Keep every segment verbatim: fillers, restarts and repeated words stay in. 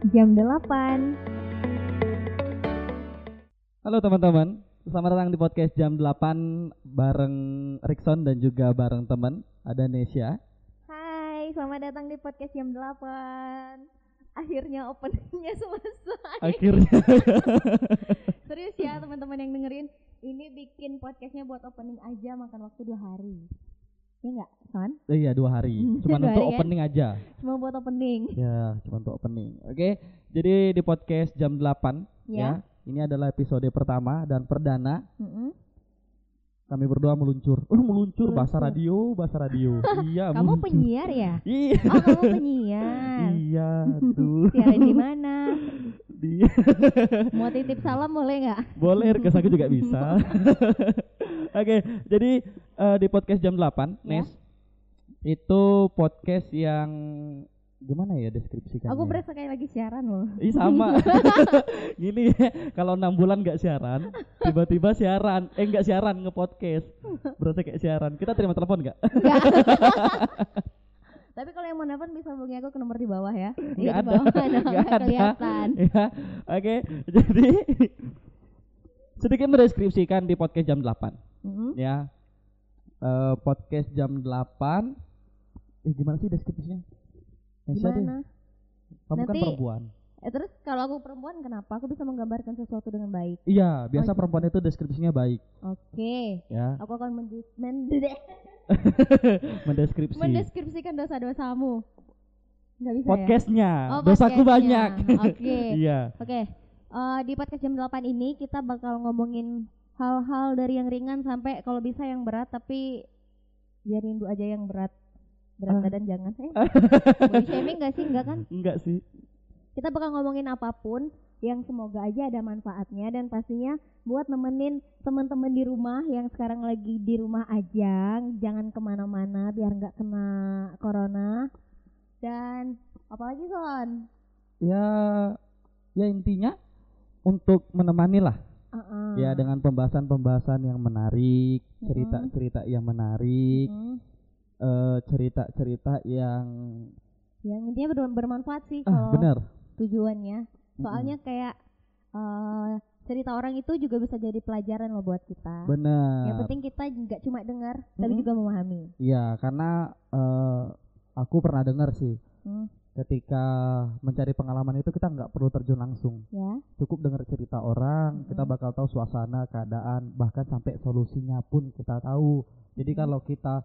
jam delapan. Halo teman-teman, selamat datang di podcast jam delapan bareng Rickson dan juga bareng teman, ada Nesya. Hai, selamat datang di podcast jam delapan. Akhirnya openingnya selesai. Akhirnya. Serius ya teman-teman yang dengerin, ini bikin podcastnya buat opening aja makan waktu dua hari. Ya enggak, Son? Eh, iya dua hari, cuma Dua untuk hari, opening kan? aja. Cuma buat opening. Ya, cuma untuk opening. Oke, jadi di podcast jam delapan ya. Ya. Ini adalah episode pertama dan perdana. Mm-mm. Kami berdua meluncur. Oh, meluncur, Meluncur. bahasa radio, bahasa radio. Iya, Kamu meluncur. penyiar ya? Iya. Oh, kamu penyiar. Iya, tuh. Siaran di mana? Di Mau titip salam boleh nggak? Boleh, request aku juga bisa. Oke, jadi uh, di podcast jam delapan, Ya. Nes, itu podcast yang gimana ya deskripsikannya? Aku berasa kayak lagi siaran loh. Ih sama. Gini, kalau enam bulan nggak siaran, tiba-tiba siaran, eh nggak siaran nge-podcast, berasa kayak siaran. Kita terima telepon nggak? Nggak. Tapi kalau yang mau nelfon bisa hubungi aku ke nomor di bawah ya. Nggak Iya, di ada. bawah ada, Nggak nggak ada. kelihatan. Ya, oke. Jadi sedikit mendeskripsikan di podcast jam delapan. Mm-hmm. Ya, eh, podcast jam delapan. Eh gimana sih deskripsinya? Nesya deh. Gimana? Kamu kan Nanti- perempuan. Eh terus kalau aku perempuan kenapa? Aku bisa menggambarkan sesuatu dengan baik. Iya, biasa Oh, gitu. perempuan itu deskripsinya baik, Oke. ya. Aku akan mendis- mende- Mendeskripsi mendeskripsikan dosa-dosamu. Enggak bisa podcastnya. ya? Oh, Dosaku podcastnya. banyak. Oke. Iya. Oke. Eh, di podcast jam delapan ini kita bakal ngomongin hal-hal dari yang ringan sampai kalau bisa yang berat, tapi biar rindu aja yang berat. Berat Ah. badan jangan. Eh. Body shaming enggak sih? Enggak kan? Enggak sih. Kita bakal ngomongin apapun yang semoga aja ada manfaatnya dan pastinya buat nemenin teman-teman di rumah yang sekarang lagi di rumah aja, jangan kemana-mana biar nggak kena corona. Dan apalagi Son? Ya, ya intinya untuk menemani lah. Uh-uh. Ya dengan pembahasan-pembahasan yang menarik, Mm-mm. cerita-cerita yang menarik, Mm. eh, cerita-cerita yang Yang intinya ber- bermanfaat sih ah kalau benar. tujuannya. Soalnya kayak eh, cerita orang itu juga bisa jadi pelajaran loh buat kita. Benar. Yang penting kita nggak cuma dengar, tapi Mm-mm. juga memahami. Iya, karena eh, aku pernah dengar sih, Hmm. ketika mencari pengalaman itu kita nggak perlu terjun langsung, Ya. cukup dengar cerita orang, Mm-mm. kita bakal tahu suasana, keadaan, bahkan sampai solusinya pun kita tahu. Jadi Mm. kalau kita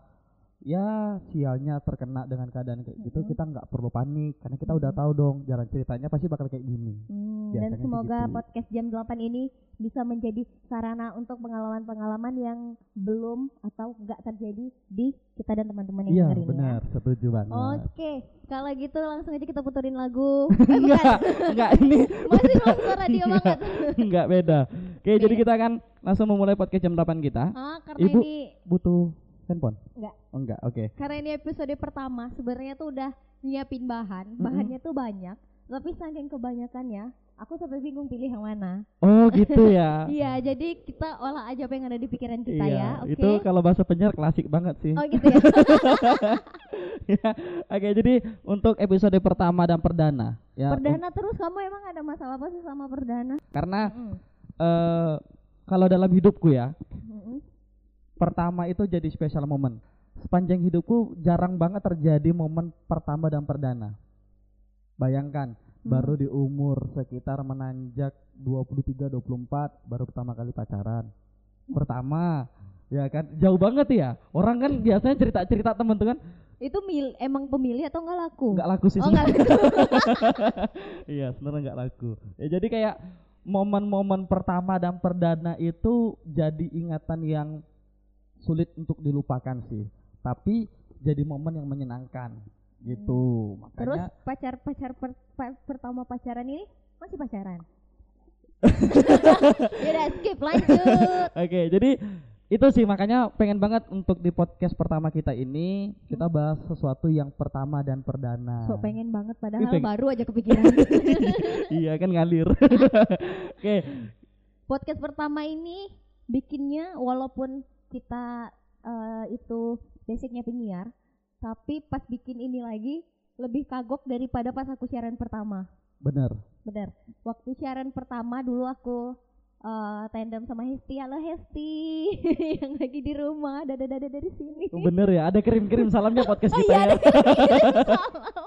ya sialnya terkena dengan keadaan kayak gitu, Mm-mm. kita nggak perlu panik karena kita udah Mm-mm. tahu dong jalan ceritanya pasti bakal kayak gini. Hmm, Biasanya dan sih semoga gitu. podcast jam delapan ini bisa menjadi sarana untuk pengalaman-pengalaman yang belum atau nggak terjadi di kita dan teman-teman yang Iya dengerin benar, setuju ya. banget. Oke, kalau gitu langsung aja kita puterin lagu. Eh, bukan. Enggak, enggak ini Masih langsung radio banget. enggak beda. Oke, Oke. jadi kita akan langsung memulai podcast jam delapan kita. Ah, karena Ibu. ini Butuh handphone? Enggak. Oh, enggak, oke. karena ini episode pertama, sebenarnya tuh udah nyiapin bahan. Mm-mm. Bahannya tuh banyak, tapi saking kebanyakannya, aku sampai bingung pilih yang mana. Oh gitu ya. Iya, jadi kita olah aja apa yang ada di pikiran kita ya. Oke. Itu kalau bahasa penyiar klasik banget sih. Oh gitu ya. Ya, oke, jadi untuk episode pertama dan perdana ya. Perdana terus kamu emang ada masalah apa sih sama perdana? un- karena Mm-mm. eh, kalau dalam hidupku ya, Mm-mm. pertama itu jadi special moment. Sepanjang hidupku jarang banget terjadi momen pertama dan perdana. Bayangkan, Hmm. baru di umur sekitar menanjak dua puluh tiga dua puluh empat baru pertama kali pacaran. Pertama, ya kan? Jauh banget ya. Orang kan biasanya cerita-cerita temen tuh kan Itu mil- emang pemilih atau enggak laku? nggak laku sih. Oh enggak laku. Iya, sebenarnya nggak laku. Ya jadi kayak momen-momen pertama dan perdana itu jadi ingatan yang sulit untuk dilupakan sih. Tapi jadi momen yang menyenangkan gitu. Terus Makanya pacar-pacar per- pa- pertama pacaran ini masih pacaran? Yaudah skip lanjut. oke, jadi itu sih makanya pengen banget untuk di podcast pertama kita ini kita bahas sesuatu yang pertama dan perdana. So pengen banget padahal Pengen. baru aja kepikiran. Iya kan ngalir. Oke, Podcast pertama ini bikinnya walaupun kita eh, itu basicnya penyiar, tapi pas bikin ini lagi lebih kagok daripada pas aku siaran pertama. Bener. Bener. Waktu siaran pertama dulu aku uh, tandem sama Hesti. Halo Hesti yang lagi di rumah. Dada-dada dari sini. Bener ya, ada kirim-kirim salamnya podcast Oh kita iya, ya. ada kirim-kirim salam.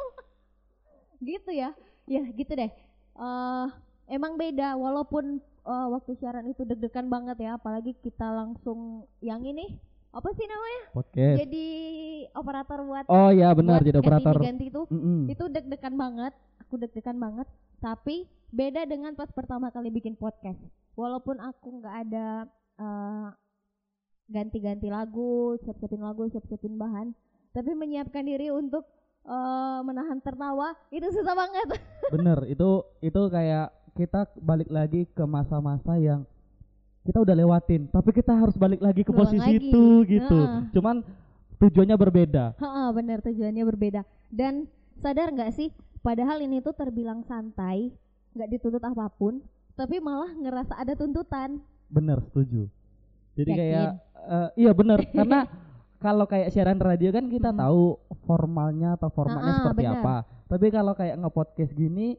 Gitu ya. Ya gitu deh. Uh, emang beda walaupun uh, waktu siaran itu deg-degan banget ya, apalagi kita langsung yang ini apa sih namanya? Podcast. Jadi operator buat Oh iya benar, buat jadi operator. ganti itu. Mm-mm. Itu deg-degan banget. Aku deg-degan banget. Tapi beda dengan pas pertama kali bikin podcast. Walaupun aku nggak ada uh, ganti-ganti lagu, siap-siapin lagu, siap-siapin bahan, tapi menyiapkan diri untuk uh, menahan tertawa itu susah banget. Bener, itu itu kayak kita balik lagi ke masa-masa yang kita udah lewatin, tapi kita harus balik lagi ke Ngulang posisi lagi. itu gitu. Nah. Cuman tujuannya berbeda. Heeh, benar, tujuannya berbeda. Dan sadar nggak sih, padahal ini tuh terbilang santai, nggak dituntut apapun, tapi malah ngerasa ada tuntutan. Bener, setuju. Jadi Yakin? kayak uh, iya bener, karena kalau kayak siaran radio kan kita Hmm. tahu formalnya atau formatnya Ah, seperti bener. apa. Tapi kalau kayak nge-podcast gini,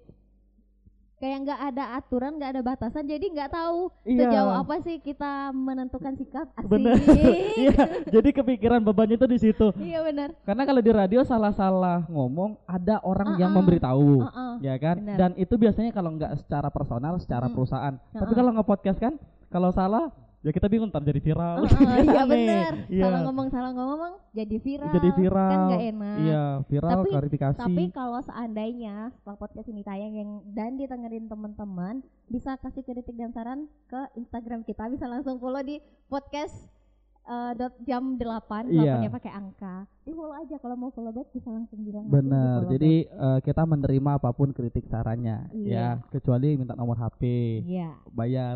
Kayak nggak ada aturan, nggak ada batasan, jadi nggak tahu Iya. sejauh apa sih kita menentukan sikap. Asik. bener. Iya, jadi kepikiran bebannya itu di situ. Iya benar. Karena kalau di radio salah-salah ngomong ada orang yang Uh-uh. memberitahu, Uh-uh. ya kan? Benar. Dan itu biasanya kalau nggak secara personal, secara Mm. perusahaan. Tapi Uh-uh. kalau nge-podcast kan, kalau salah ya kita bingung ntar jadi viral. Heeh, iya Aneh. benar. Iya. Salah ngomong salah ngomong jadi viral. Jadi viral. Kan nggak enak. Iya, viral, Tapi- klarifikasi. Tapi kalau seandainya setelah podcast ini tayang yang dan didengerin teman-teman, bisa kasih kritik dan saran ke Instagram kita, bisa langsung follow di podcast eh, dot jam delapan, Iya. delapannya pakai angka. Di follow aja, kalau mau follow back bisa langsung bilang. nanti di Bener, follow jadi eh, kita menerima apapun kritik sarannya, Iya. ya kecuali minta nomor H P, back. Iya. bayar.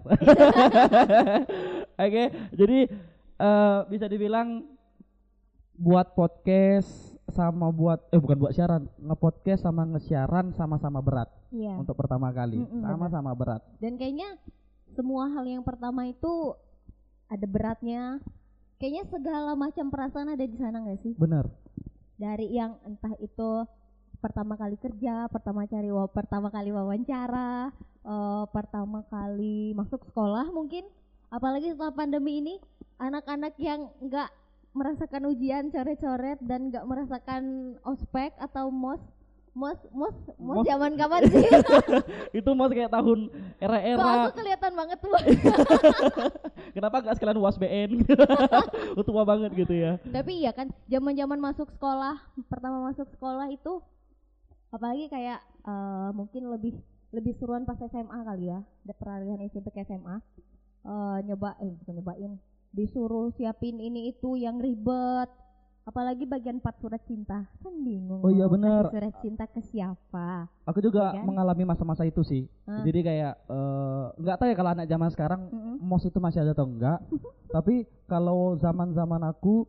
Oke, jadi eh, bisa dibilang buat podcast sama buat eh bukan buat siaran, nge-podcast sama nge-siaran sama-sama berat Iya. untuk pertama kali, Mm-mm, sama-sama berat. Dan kayaknya semua hal yang pertama itu ada beratnya. Kayaknya segala macam perasaan ada di sana nggak sih? Bener, Dari yang entah itu pertama kali kerja, pertama cari wa- pertama kali wawancara, eh, pertama kali masuk sekolah mungkin, apalagi setelah pandemi ini, anak-anak yang nggak merasakan ujian coret-coret dan nggak merasakan ospek atau mos, mos, mos, mos Mos. zaman kapan sih? itu mau kayak tahun Kok era-era. aku kelihatan banget tuh. Kenapa nggak sekalian U A S B N? Tua banget gitu ya. Tapi iya kan, zaman-zaman masuk sekolah, pertama masuk sekolah itu, apalagi kayak eh, mungkin lebih lebih seruan pas S M A kali ya, ada peralihan S M P ke S M A, eh, nyoba, eh bukan nyobain, disuruh siapin ini itu yang ribet, apalagi bagian part surat cinta, kan bingung. Oh iya, mau bener. kasih surat cinta ke siapa? Aku juga Iya kan? mengalami masa-masa itu sih. Ah. Jadi kayak eh, nggak tahu ya kalau anak zaman sekarang Mm-mm. mos itu masih ada atau enggak. Tapi kalau zaman-zaman aku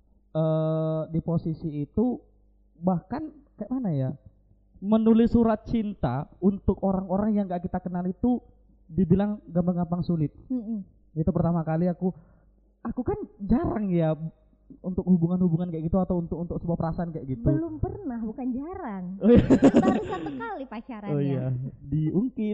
eh di posisi itu bahkan kayak mana ya? Menulis surat cinta untuk orang-orang yang nggak kita kenal itu dibilang gampang-gampang sulit. Mm-mm. Itu pertama kali aku aku kan jarang ya untuk hubungan-hubungan kayak gitu atau untuk untuk sebuah perasaan kayak gitu. Belum pernah, bukan jarang. Oh iya. Kan baru satu kali pacarannya. Oh iya, diungkit.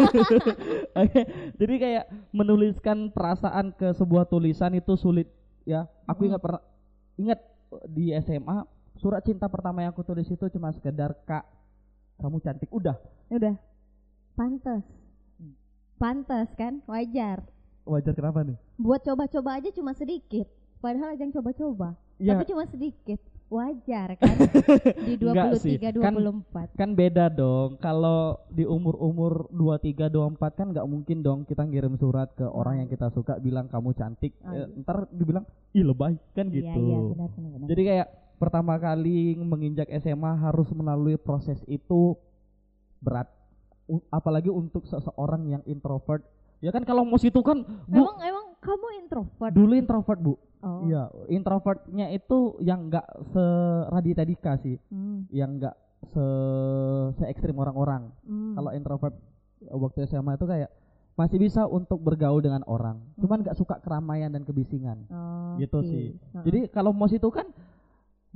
Oke, jadi kayak menuliskan perasaan ke sebuah tulisan itu sulit ya. Aku Mm. ingat pernah ingat di S M A surat cinta pertama yang aku tulis itu cuma sekedar Kak, kamu cantik, udah. Udah, pantes, pantes kan, wajar. Wajar kenapa nih? Buat coba-coba aja cuma sedikit, padahal ajang coba-coba, Ya tapi cuma sedikit, wajar kan? Di dua Enggak puluh tiga sih, dua puluh empat. kan beda dong. Kalau di umur-umur dua puluh tiga dua puluh empat kan nggak mungkin dong kita ngirim surat ke orang yang kita suka bilang kamu cantik. Oh, Eh, iya. ntar dibilang ih lebay kan Iya gitu. iya benar benar. benar. Jadi kayak pertama kali menginjak S M A harus melalui proses itu berat. U- apalagi untuk seseorang yang introvert. Ya kan kalau mos itu kan Bu, Emang emang kamu introvert? dulu introvert Bu. Oh. Iya, introvertnya itu yang enggak seradita Dika sih, Hmm. yang enggak se se ekstrim orang-orang. Hmm. Kalau introvert eh, waktu S M A itu kayak masih bisa untuk bergaul dengan orang, cuman Hmm. enggak suka keramaian dan kebisingan. Oh, gitu oke. sih. Heeh. Jadi kalau mos itu kan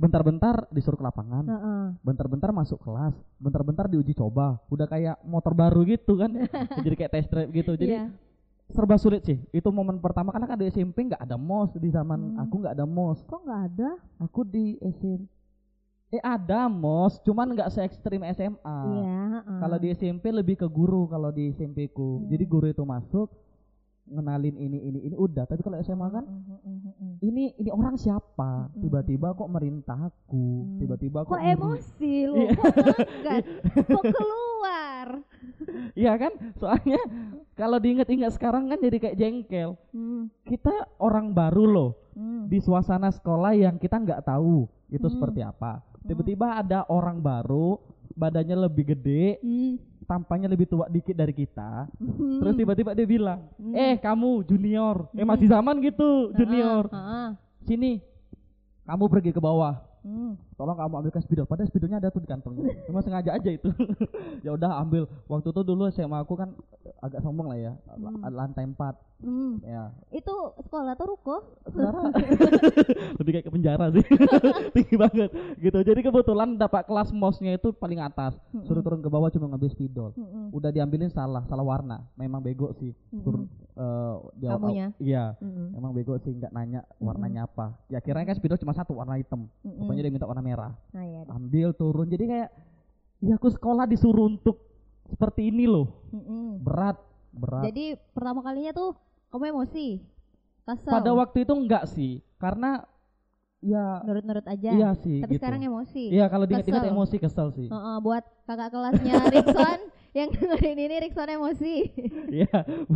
bentar-bentar disuruh ke lapangan, Heeh. bentar-bentar masuk kelas, bentar-bentar diuji coba, udah kayak motor baru gitu kan, jadi kayak test drive gitu, jadi Iya. serba sulit sih. Itu momen pertama karena kan di S M P nggak ada mos, di zaman Hmm. aku nggak ada mos, Kok nggak ada? aku di S M P eh ada mos, cuman nggak se ekstrim S M A. Iya. heeh. Kalau di S M P lebih ke guru kalau di S M P ku, Hmm. jadi guru itu masuk ngenalin ini ini ini udah. Tapi kalau S M A kan Mm, mm, mm, mm, mm. ini ini orang siapa, Mm-mm. tiba-tiba kok merintah aku, Hmm. tiba-tiba Kok kok nyuruh- emosi lu? Iya. Kok ngegas? Kok keluar? Iya kan, soalnya kalau diingat-ingat sekarang kan jadi kayak jengkel. Hmm. Kita orang baru loh Hmm. di suasana sekolah yang kita nggak tahu itu Hmm. seperti apa. Tiba-tiba ada orang baru, badannya lebih gede, Hmm. tampaknya lebih tua dikit dari kita. Hmm. Terus tiba-tiba dia bilang, Hmm. eh kamu junior, eh Hmm. masih zaman gitu junior, Heeh, heeh. sini kamu pergi ke bawah, Hmm. tolong kamu ambilkan spidol. Padahal spidolnya ada tuh di kantongnya, emang sengaja aja itu. Ya udah ambil. Waktu itu dulu S M A aku kan agak sombong lah ya, Hmm. lantai empat Hmm. ya. Itu sekolah tuh ruko? Sekarang lebih kayak ke penjara sih, tinggi banget gitu. Jadi kebetulan dapat kelas mosnya itu paling atas, Mm-mm. suruh turun ke bawah cuma ngambil spidol. Mm-mm. Udah diambilin salah, salah warna. Memang bego sih. Mm-mm. Turun eh, dia- Kamunya? Iya, Mm-mm. emang bego sih nggak nanya warnanya Mm-mm. apa. Ya kirain kan spidol cuma satu warna hitam. Mm-mm. Pokoknya dia minta warna merah. Nah, iya. Ambil turun. Jadi kayak ya aku sekolah disuruh untuk seperti ini loh. Mm-mm. Berat, berat. Jadi pertama kalinya tuh kamu emosi, kesel, Pada waktu itu enggak sih, karena ya nurut-nurut aja. iya sih Tapi gitu. sekarang emosi. Iya kalau diingat-ingat Kesel. emosi kesel sih. Heeh, buat kakak kelasnya Rickson yang dengerin ini, Rickson emosi. Iya.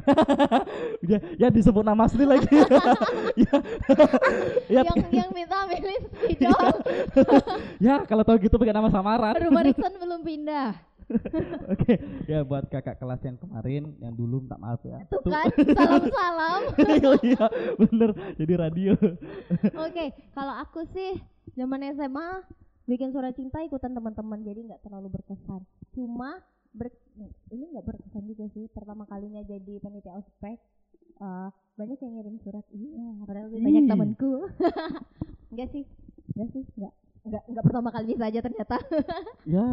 ya, ya disebut nama asli lagi. ya. ya, yang yang minta ambilin spidol. ya kalau tahu gitu pakai nama samaran. Rumah Rickson belum pindah. Oke, ya buat kakak kelas yang kemarin, yang dulu minta maaf ya. Tuh kan, salam-salam. Iya, bener. Jadi radio. Oke, kalau aku sih zaman S M A bikin surat cinta ikutan teman-teman, jadi nggak terlalu berkesan. Cuma ber, ini nggak berkesan juga sih. Pertama kalinya jadi panitia ospek, eh, banyak yang ngirim surat. Iya, padahal lebih banyak Ih. temanku. Enggak sih, enggak sih, enggak. Enggak, enggak pertama kali saja ternyata. Ya.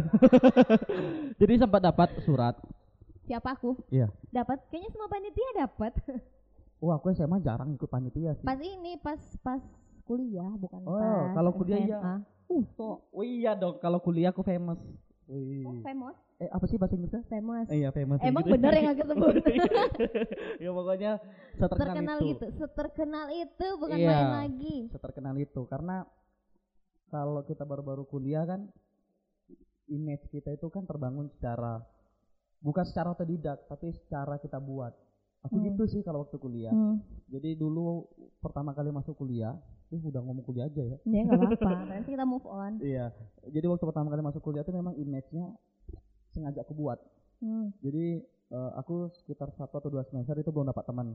Jadi sempat dapat surat. Siapa aku? Iya. Dapat, kayaknya semua panitia dapat. Wah, aku S M A jarang ikut panitia sih. Pas ini, pas pas kuliah, bukan Oh, pas kalau kuliah S M A. iya. Uh, so, oh iya dong, kalau kuliah aku famous. Wih. Oh, famous, Eh, apa sih bahasa Inggrisnya? famous. Eh, iya, famous. Emang gitu. bener yang aku sebut? Ya pokoknya seterkenal Terkenal itu. gitu, seterkenal itu bukan Iya. main lagi. Seterkenal itu karena kalau kita baru-baru kuliah kan image kita itu kan terbangun secara bukan secara otodidak tapi secara kita buat. Aku Hmm. gitu sih kalau waktu kuliah. Hmm. Jadi dulu pertama kali masuk kuliah, eh udah ngomong kuliah aja ya. Ya nggak apa-apa, nanti kita move on. Iya. Jadi waktu pertama kali masuk kuliah itu memang image-nya sengaja aku buat. Hmm. Jadi eh, aku sekitar satu atau dua semester itu belum dapat teman.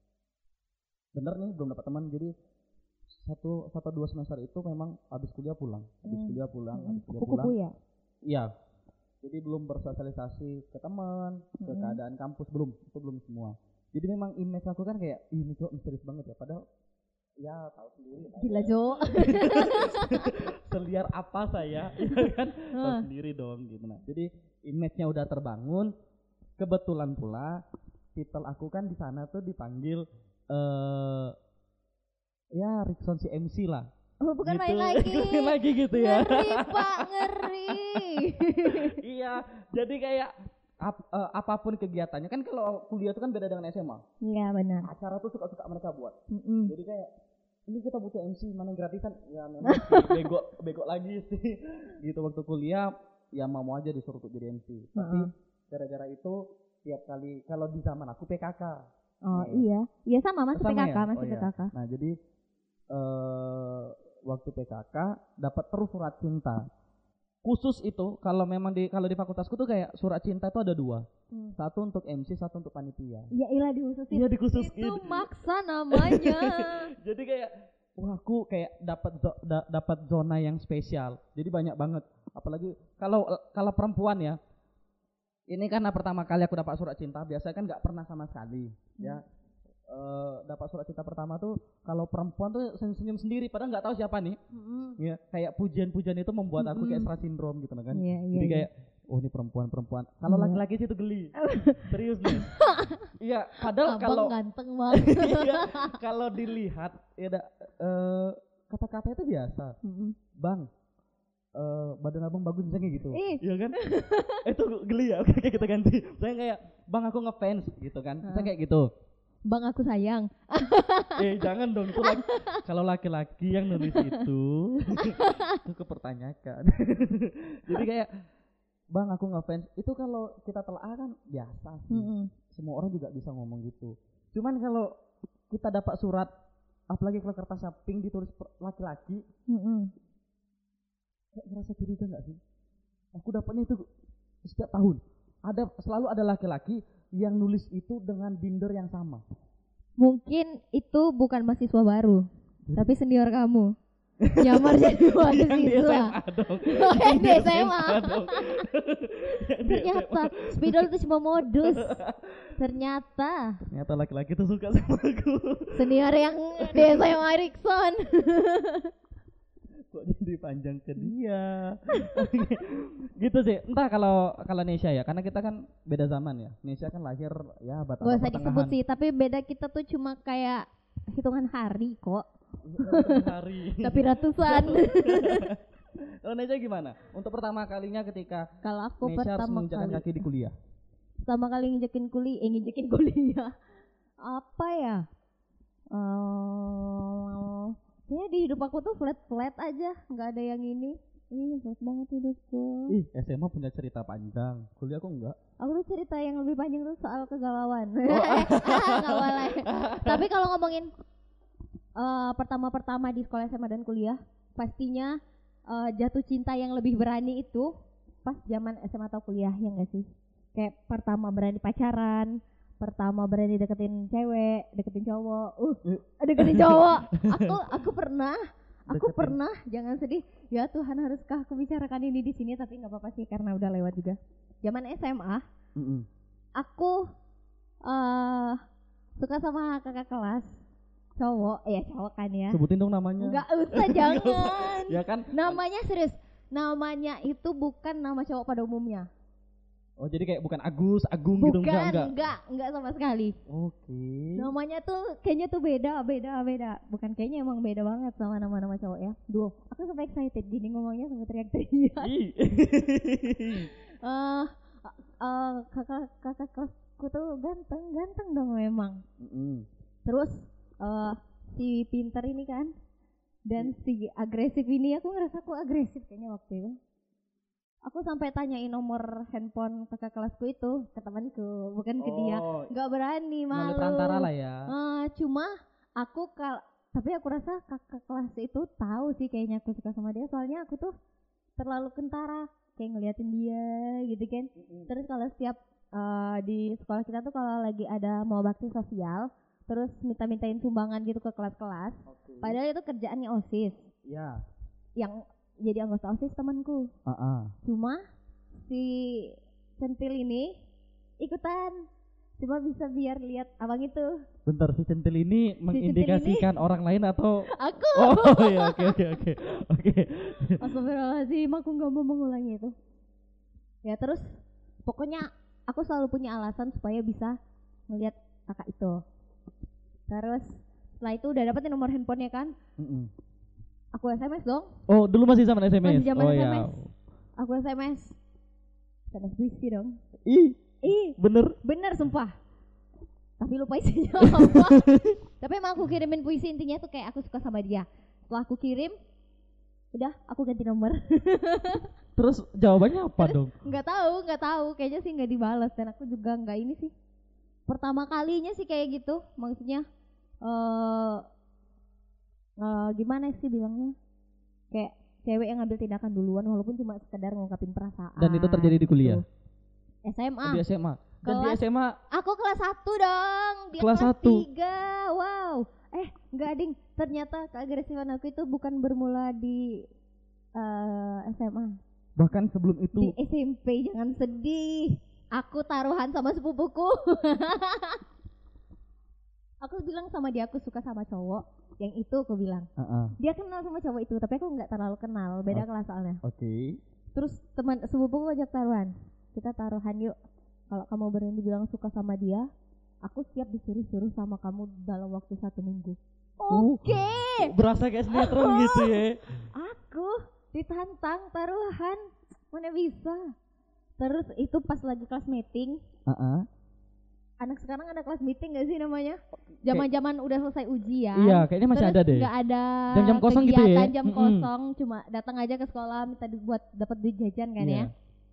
Bener nih belum dapat teman. Jadi satu satu dua semester itu memang habis kuliah pulang, habis Hmm. kuliah pulang, Hmm. habis kuliah Kupu-kupu pulang. ya. Iya. Jadi belum bersosialisasi ke teman, ke Hmm. keadaan kampus belum, itu belum semua. Jadi memang image aku kan kayak "Ih, ini cowok misterius banget ya, padahal ya tahu sendiri lah Gila ya. Jo. Seliar apa saya, ya kan tahu Hah. sendiri dong gitu. Nah, jadi image-nya udah terbangun. Kebetulan pula titel aku kan di sana tuh dipanggil eh ya Rickson si M C lah. Oh, bukan Gitu. main lagi. Bukan lagi gitu ya. Ngeri Pak, ngeri. Iya, jadi kayak ap- eh, apapun kegiatannya kan kalau kuliah itu kan beda dengan S M A. Iya benar. Acara tuh suka-suka mereka buat. Mm-mm. Jadi kayak ini kita butuh M C mana yang gratisan ya memang sih, bego bego lagi sih gitu waktu kuliah ya mau mau aja disuruh untuk jadi M C. Tapi Heeh. gara-gara itu tiap kali kalau di zaman aku P K K. Oh Nih. iya, iya sama masih Sama P K K, ya? masih Oh, iya. P K K. Nah jadi eh waktu P K K dapat terus surat cinta. Khusus itu kalau memang di kalau di fakultasku tuh kayak surat cinta itu ada dua. Hmm. Satu untuk M C, satu untuk panitia. Ya ilah dihususin. Iya dikhususin. Itu maksa namanya. Jadi kayak wah aku kayak dapat zo- da- dapat zona yang spesial. Jadi banyak banget. Apalagi kalau kalau perempuan ya. Ini karena pertama kali aku dapat surat cinta, biasanya kan nggak pernah sama sekali, ya. uh, dapat surat cinta pertama tuh kalau perempuan tuh senyum-senyum sendiri padahal nggak tahu siapa nih. Mm-hmm. Ya, kayak pujian-pujian itu membuat mm-hmm. aku kayak stra sindrom gitu kan. Yeah, yeah, Jadi kayak yeah. oh ini perempuan-perempuan. Kalau yeah. laki-laki sih itu geli. Serius nih. Iya, padahal kalau ganteng banget. Iya, kalau dilihat ya da, uh, kata-kata itu biasa. Mm-hmm. Bang, uh, badan abang bagus misalnya gitu. Iya kan? Itu geli ya. Oke, oke kita ganti. Saya kayak, "Bang, aku ngefans" gitu kan. Kita kayak gitu. "Bang, aku sayang." Eh, jangan dong. Itu laki, kalau laki-laki yang nulis itu itu kepertanyakan. Jadi kayak, "Bang, aku ngefans." Itu kalau kita telaah kan biasa sih. Mm-hmm. Semua orang juga bisa ngomong gitu. Cuman kalau kita dapat surat apalagi kalau kertasnya pink ditulis laki-laki, mm-hmm. kayak ngerasa curiga nggak sih? Aku dapatnya itu setiap tahun. Ada selalu ada laki-laki yang nulis itu dengan binder yang sama. Mungkin itu bukan mahasiswa baru, hmm. tapi senior kamu. Nyamar jadi mahasiswa. Yang di S M A. Ternyata spidol itu cuma modus. Ternyata. Ternyata laki-laki itu suka sama aku. Senior yang di S M A Erikson. Kok jadi panjang ke dia. Gitu sih. Entah kalau kalau Nesya ya, karena kita kan beda zaman ya. Nesya kan lahir ya batas pertengahan. Gak usah disebut sih, tapi beda kita tuh cuma kayak hitungan hari kok. Hari. Tapi ratusan. Kalau Nesya gimana? Untuk pertama kalinya ketika kalau aku Nesya harus pertama menginjakkan kali kaki di kuliah. Pertama kali nginjekin kuliah, eh nginjekin kuliah. Apa ya? Uh, ya di hidup aku tuh flat-flat aja, nggak ada yang ini. Ih, flat banget hidupku. Ih, S M A punya cerita panjang, kuliah aku enggak. Aku tuh cerita yang lebih panjang tuh soal kegalauan. Oh. Nggak boleh. Tapi kalau ngomongin uh, pertama-pertama di sekolah S M A dan kuliah, pastinya uh, jatuh cinta yang lebih berani itu pas zaman S M A atau kuliah, ya nggak sih? Kayak pertama berani pacaran, pertama berani deketin cewek, deketin cowok, uh, deketin cowok. Aku aku pernah, aku deketin. pernah, jangan sedih. Ya Tuhan, haruskah aku bicarakan ini di sini? Tapi nggak apa-apa sih karena udah lewat juga. Zaman S M A, mm-hmm. aku uh, suka sama kakak kelas cowok, ya cowok kan ya. Sebutin dong namanya. Nggak usah, jangan. Ya kan? Namanya serius, namanya itu bukan nama cowok pada umumnya. Oh jadi kayak bukan Agus, Agung bukan, gitu enggak, enggak? enggak, enggak sama sekali. Oke. Okay. Namanya tuh kayaknya tuh beda, beda, beda. Bukan kayaknya, emang beda banget sama nama-nama cowok ya. Duh, aku sampai excited gini ngomongnya sampai teriak-teriak. uh, uh, kakak kakak kelasku tuh ganteng, ganteng dong memang. Mm-hmm. Terus uh, si pinter ini kan, dan si agresif ini, aku ngerasa aku agresif kayaknya waktu itu. Aku sampai tanyain nomor handphone kakak kelasku itu ke temanku, bukan ke oh, dia. Nggak berani, malu. Perantara lah ya. Uh, cuma aku kal, tapi aku rasa kakak kelas itu tahu sih kayaknya aku suka sama dia. Soalnya aku tuh terlalu kentara, kayak ngeliatin dia gitu kan. Mm-hmm. Terus kalau setiap uh, di sekolah kita tuh kalau lagi ada mau bakti sosial, terus minta-mintain sumbangan gitu ke kelas-kelas. Okay. Padahal itu kerjaannya OSIS. Ya. Yeah. Yang jadi anggota OSIS temanku. Uh-uh. Cuma si centil ini ikutan, cuma bisa biar lihat abang itu. Bentar, si centil ini si mengindikasikan centil ini orang lain atau aku? Oh iya, oke oke oke oke. Astagfirullahaladzim, aku nggak mau mengulangi itu. Ya terus pokoknya aku selalu punya alasan supaya bisa ngelihat kakak itu. Terus setelah itu udah dapetin nomor handphonenya kan? Mm-mm. Aku S M S dong. Oh, dulu masih zaman S M S. Masih zaman oh, S M S. Ya. Aku S M S. S M S puisi dong. Ih. Ih. Bener. Bener sumpah. Tapi lupa isinya apa. Tapi emang aku kirimin puisi, intinya tuh kayak aku suka sama dia. Setelah aku kirim, udah aku ganti nomor. Terus jawabannya apa dong? Nggak tahu, nggak tahu. Kayaknya sih nggak dibalas, dan aku juga nggak ini sih. Pertama kalinya sih kayak gitu. Maksudnya uh, Uh, gimana sih bilangnya, kayak cewek yang ngambil tindakan duluan walaupun cuma sekedar ngungkapin perasaan. Dan itu terjadi di kuliah? S M A. Oh, di S M A. Dan kelas, di S M A aku kelas satu dong, dia kelas, kelas tiga. Wow. Eh enggak ding, ternyata keagresivan aku itu bukan bermula di uh, S M A. Bahkan sebelum itu di S M P. Jangan sedih, aku taruhan sama sepupuku. Aku bilang sama dia aku suka sama cowok yang itu, aku bilang. Uh-uh. Dia kenal sama cowok itu, tapi aku nggak terlalu kenal, beda O- kelas soalnya. Oke. Okay. Terus teman sepupuku ajak taruhan, kita taruhan yuk. Kalau kamu berani bilang suka sama dia, aku siap disuruh-suruh sama kamu dalam waktu satu minggu. Oke. Okay. Uh, berasa kayak sinetron gitu ya. Aku ditantang taruhan, mana bisa. Terus itu pas lagi kelas meeting. Uh-uh. Anak sekarang ada kelas meeting gak sih namanya? Zaman-zaman udah selesai ujian. Iya, kayaknya masih terus ada deh. Gak ada jam-jam kosong gitu ya. Jam mm-hmm. kosong, cuma datang aja ke sekolah minta buat dapat duit jajan kan yeah. ya.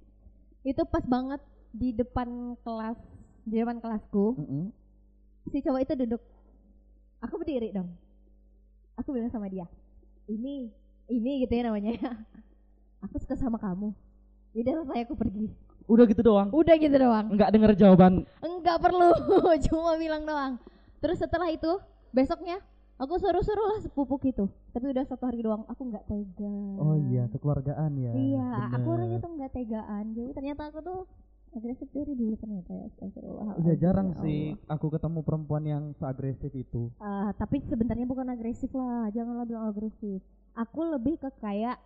Itu pas banget di depan kelas, di depan kelasku. Mm-hmm. Si cowok itu duduk. Aku berdiri dong. Aku bilang sama dia, ini, ini gitu ya namanya. Aku suka sama kamu. Udah selesai, aku pergi. Udah gitu doang? Udah gitu doang. Enggak denger jawaban? Enggak perlu, cuma bilang doang. Terus setelah itu, besoknya aku suruh-suruh lah sepupu gitu. Tapi udah satu hari doang, aku enggak tega. Oh iya, kekeluargaan ya. Iya, bener. aku orangnya tuh enggak tegaan. Jadi ternyata aku tuh agresif dari dulu ternyata ya. Udah jarang ya sih aku ketemu perempuan yang seagresif itu. Uh, tapi sebenarnya bukan agresif lah, janganlah bilang agresif. Aku lebih ke kayak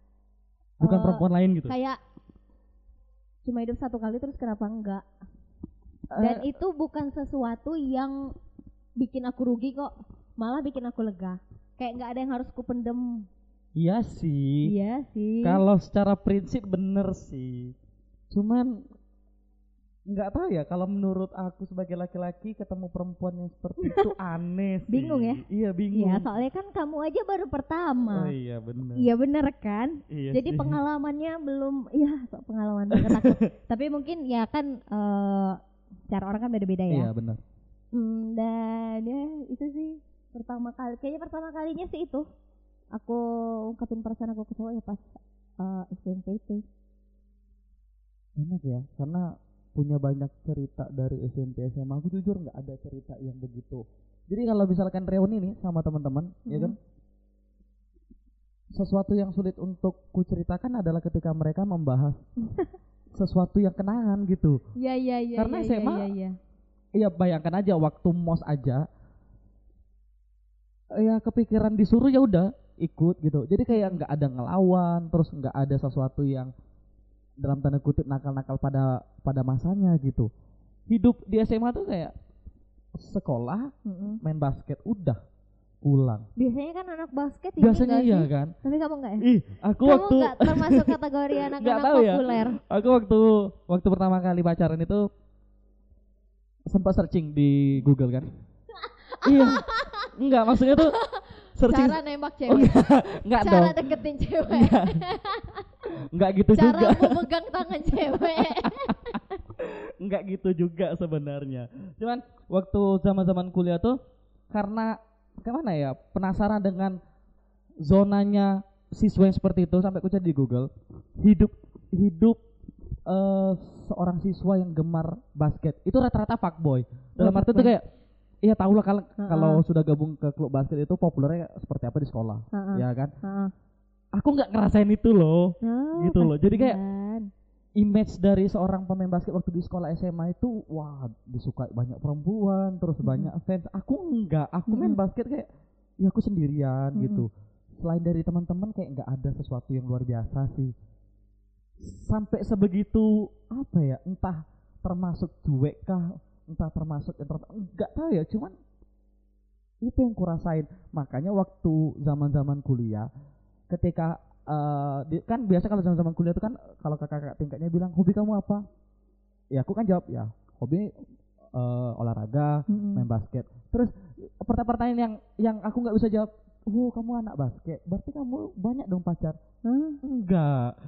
bukan uh, perempuan lain gitu. Kayak cuma hidup satu kali terus kenapa enggak? Dan uh, itu bukan sesuatu yang bikin aku rugi kok, malah bikin aku lega. Kayak nggak ada yang harus kupendem. Iya sih. Iya sih. Kalau secara prinsip bener sih. Cuman nggak tahu ya, kalau menurut aku sebagai laki-laki ketemu perempuan yang seperti itu aneh sih. Bingung ya? Iya bingung. Iya, soalnya kan kamu aja baru pertama. Oh iya benar. Iya benar kan? Iya jadi sih. Pengalamannya belum, ya sok pengalaman banget aku. Tapi mungkin ya kan uh, cara orang kan beda-beda ya. Iya benar. Hmm, dan ya itu sih pertama kali, kayaknya pertama kalinya sih itu aku ungkapin perasaan aku ke cowok ya pas uh, S M P itu. Enak ya, karena punya banyak cerita dari S M P S M A. Aku jujur nggak ada cerita yang begitu. Jadi kalau misalkan reuni nih sama teman-teman, mm-hmm. ya kan, sesuatu yang sulit untuk ku ceritakan adalah ketika mereka membahas sesuatu yang kenangan gitu. Iya iya iya. Karena ya, S M A, ya, ya. iya bayangkan aja waktu mos aja, ya kepikiran disuruh ya udah ikut gitu. Jadi kayak nggak ada ngelawan, terus nggak ada sesuatu yang dalam tanda kutip nakal-nakal pada pada masanya gitu. Hidup di S M A tuh kayak sekolah, mm-hmm. main basket, udah pulang. Biasanya kan anak basket ini biasanya iya sih? kan. Tapi kamu enggak ya? Ih, aku kamu waktu enggak termasuk kategori anak-anak populer. Ya. Aku waktu waktu pertama kali pacaran itu sempat searching di Google kan. Iya. Enggak, maksudnya tuh searching cara nembak cewek. Oh, enggak, enggak cara dong. Cara deketin cewek. Enggak, enggak gitu cara juga. Cara memegang tangan cewek. Enggak gitu juga sebenarnya. Cuman waktu zaman-zaman kuliah tuh karena kemana ya, penasaran dengan zonanya siswa yang seperti itu, sampai aku cari di Google hidup hidup uh, seorang siswa yang gemar basket itu rata-rata fuckboy. Dalam arti itu kayak iya tahu lah kalau uh-uh. kalau sudah gabung ke klub basket itu populernya seperti apa di sekolah, uh-uh. ya kan? Uh-uh. Aku nggak ngerasain itu loh, oh, gitu loh. Jadi kayak image dari seorang pemain basket waktu di sekolah S M A itu, wah disukai banyak perempuan, terus mm-hmm. banyak fans. Aku enggak, aku mm-hmm. main basket kayak, ya aku sendirian mm-hmm. gitu. Selain dari teman-teman kayak nggak ada sesuatu yang luar biasa sih. Sampai sebegitu apa ya? Entah termasuk cuek kah? Entah termasuk introvert, enggak tahu ya, cuman itu yang kurasain. Makanya waktu zaman-zaman kuliah, ketika uh, di, kan biasa kalau zaman-zaman kuliah itu kan kalau kakak-kakak tingkatnya bilang hobi kamu apa, ya aku kan jawab ya hobi uh, olahraga, mm-hmm. main basket. Terus pertanyaan yang yang aku nggak bisa jawab, oh kamu anak basket, berarti kamu banyak dong pacar? Hah? Enggak.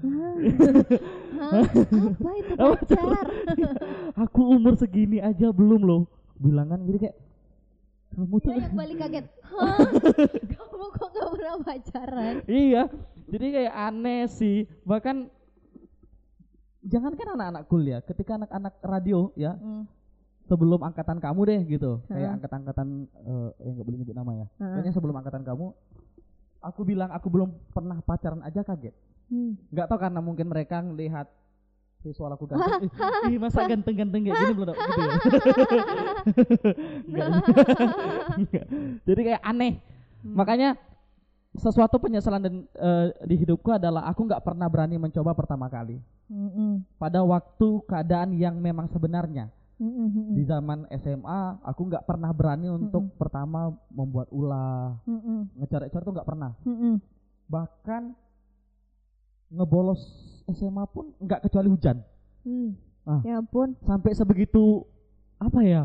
Hah? Apa itu pacar? Aku umur segini aja belum loh. Bilangan jadi kayak kamu tuh ya, yang balik kaget. Hah? Kamu kok gak pernah pacaran? Iya. Jadi kayak aneh sih. Bahkan jangankan anak-anak kuliah, ketika anak-anak radio ya, hmm. sebelum angkatan kamu deh gitu, hmm. kayak angkatan-angkatan uh, yang nggak boleh nyebut nama ya. Hmm. Kayaknya sebelum angkatan kamu, aku bilang aku belum pernah pacaran aja kaget. Hmm. Nggak tahu karena mungkin mereka ngelihat visual aku ganteng. Ih, ih, masa ganteng-ganteng kayak gini belum gitu ya. Enggak. Enggak. Jadi kayak aneh. Hmm. Makanya sesuatu penyesalan dan, uh, di hidupku adalah aku nggak pernah berani mencoba pertama kali. Mm-mm. Pada waktu keadaan yang memang sebenarnya. Mm-mm. Di zaman S M A aku nggak pernah berani untuk Mm-mm. pertama membuat ulah, Mm-mm. ngejar-ngejar tuh nggak pernah. Mm-mm. Bahkan ngebolos S M A pun nggak kecuali hujan. Mm. Ah, ya ampun. Sampai sebegitu apa ya?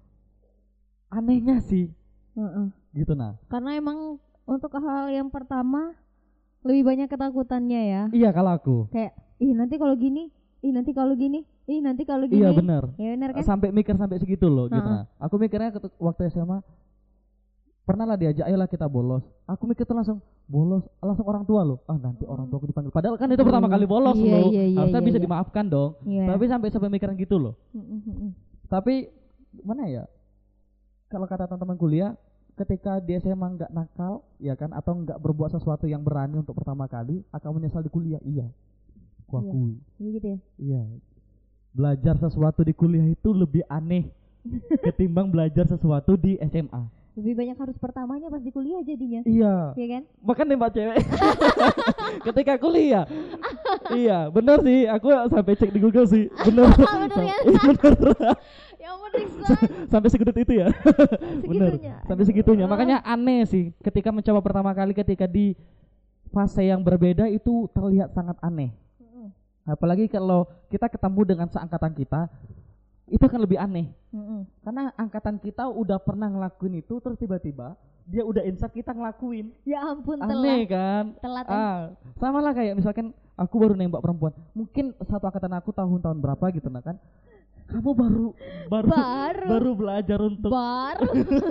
Anehnya sih. Uh-uh. Gitu nah. Karena emang untuk hal yang pertama lebih banyak ketakutannya ya. Iya kalau aku. Kayak ih nanti kalau gini, ih nanti kalau gini, ih nanti kalau gini. Iya benar. Ya benar kan? Sampai mikir sampai segitu loh uh-uh. gitu nah. Aku mikirnya waktu S M A pernah lah diajak ayolah kita bolos. Aku mikir tuh langsung bolos, langsung orang tua loh. Ah nanti orang tua aku dipanggil. Padahal kan itu pertama kali bolos iya, loh. Iya, iya, harusnya iya, bisa iya. dimaafkan dong. Iya. Tapi sampai sepemikiran gitu loh. Mm-hmm. Tapi mana ya? Kalau kata teman-teman kuliah, ketika di S M A nggak nakal, ya kan, atau nggak berbuat sesuatu yang berani untuk pertama kali, akan menyesal di kuliah. Iya. Aku akui. Iya. Gitu ya? Iya. Belajar sesuatu di kuliah itu lebih aneh ketimbang belajar sesuatu di S M A. Lebih banyak harus pertamanya pas di kuliah jadinya. Iya. Iya kan? Makan nembak cewek. Ketika kuliah. Iya, benar sih. Aku sampai cek di Google sih. Benar. Benar ya? Benar. Ya ampun Rizwan. Sampai segedut itu ya. Benar. Sampai segitunya. Oh. Makanya aneh sih ketika mencoba pertama kali ketika di fase yang berbeda itu terlihat sangat aneh. Mm-hmm. Apalagi kalau kita ketemu dengan seangkatan kita, itu kan lebih aneh. Mm-hmm. Karena angkatan kita udah pernah ngelakuin itu terus tiba-tiba dia udah insaf kita ngelakuin. Ya ampun, aneh telat. Kan? Telat. Ah, sama lah kayak misalkan aku baru nembak perempuan. Mungkin satu angkatan aku tahun-tahun berapa gitu nah kan. Kamu baru baru baru, baru belajar untuk baru.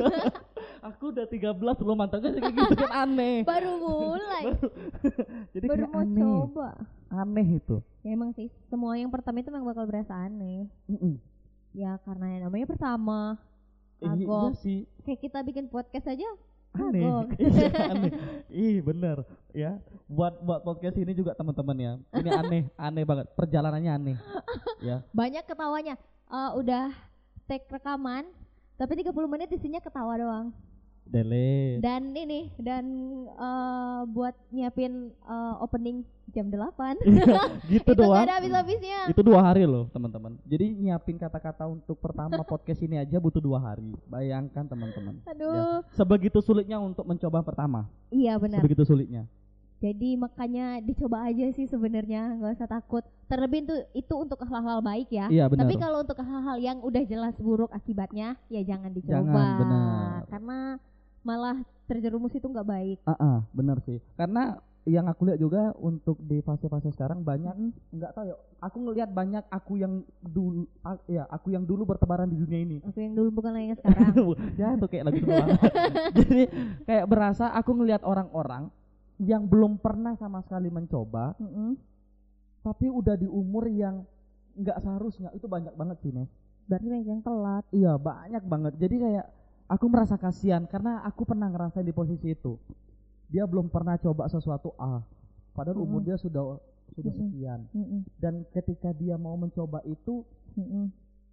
Aku udah tiga belas belum mantapnya kayak gitu kan aneh. Baru mulai. baru. Jadi baru mau aneh. coba. Aneh itu. Ya emang sih semua yang pertama itu memang bakal berasa aneh. Mm-mm. Ya karena yang namanya pertama. Eh, iya sih. Kayak kita bikin podcast aja aneh. Iya, aneh. Ih bener ya. Buat buat podcast ini juga teman-teman ya. Ini aneh, aneh banget. Perjalanannya aneh. Ya. Banyak ketawanya. Uh, udah take rekaman, tapi tiga puluh menit isinya ketawa doang. Delete. Dan ini dan uh, buat nyiapin uh, opening jam delapan. Gitu doang. Itu gak ada habis-habisnya. Itu dua hari loh teman-teman. Jadi nyiapin kata-kata untuk pertama podcast ini aja butuh dua hari. Bayangkan teman-teman. Aduh. Ya. Sebegitu sulitnya untuk mencoba pertama. Iya benar. Sebegitu sulitnya. Jadi makanya dicoba aja sih sebenarnya, nggak usah takut. Terlebih itu itu untuk hal-hal baik ya. Iya, benar. Tapi kalau untuk hal-hal yang udah jelas buruk akibatnya, ya jangan dicoba. Jangan, benar. Karena malah terjerumus itu nggak baik. Ah, uh-uh, benar sih. Karena yang aku lihat juga untuk di fase-fase sekarang banyak nggak tahu ya. Aku ngelihat banyak aku yang dulu, uh, ya aku yang dulu bertebaran di dunia ini. Aku yang dulu bukan lagi yang sekarang. Ya itu kayak lagu tua. Jadi kayak berasa aku ngelihat orang-orang yang belum pernah sama sekali mencoba, mm-hmm. tapi udah di umur yang nggak seharusnya. Itu banyak banget sih, Nes. Berarti banyak yang telat. Iya, banyak banget. Jadi kayak aku merasa kasihan karena aku pernah ngerasain di posisi itu. Dia belum pernah coba sesuatu A, padahal mm-hmm. umur dia sudah sudah mm-hmm. sekian. Mm-hmm. Dan ketika dia mau mencoba itu, mm-hmm.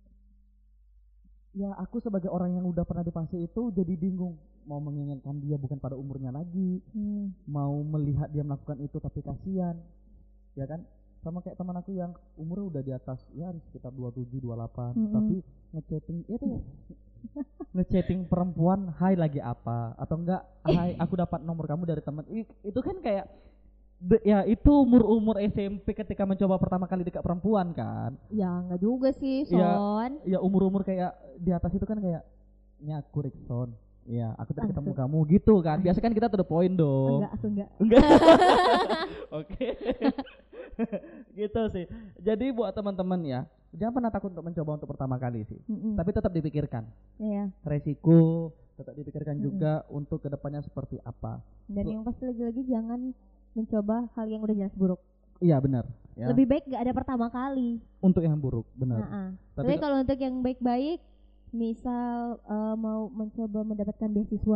ya aku sebagai orang yang udah pernah di fase itu jadi bingung. Mau menginginkan dia bukan pada umurnya lagi, hmm. mau melihat dia melakukan itu tapi kasihan, ya kan? Sama kayak teman aku yang umurnya udah di atas ya sekitar dua puluh tujuh, dua puluh delapan, hmm. tapi ngechatting itu ngechatting perempuan, hai lagi apa? Atau enggak, hai aku dapat nomor kamu dari teman. Itu kan kayak de, ya itu umur-umur S M P ketika mencoba pertama kali dekat perempuan kan? Ya enggak juga sih, Son. Ya, ya umur-umur kayak di atas itu kan kayak ini aku Rickson. Iya, aku tadi ketemu kamu gitu kan. Biasa kan kita to the point dong. Enggak, aku enggak. Enggak. Oke. Gitu sih. Jadi buat teman-teman ya, jangan pernah takut untuk mencoba untuk pertama kali sih. Mm-mm. Tapi tetap dipikirkan. Iya. Resiko tetap dipikirkan Mm-mm. juga untuk kedepannya seperti apa. Dan so, yang pasti lagi-lagi jangan mencoba hal yang udah jelas buruk. Iya benar. Ya. Lebih baik gak ada pertama kali. Untuk yang buruk, benar. Nah, Tapi, Tapi kalau untuk yang baik-baik, misal uh, mau mencoba mendapatkan beasiswa,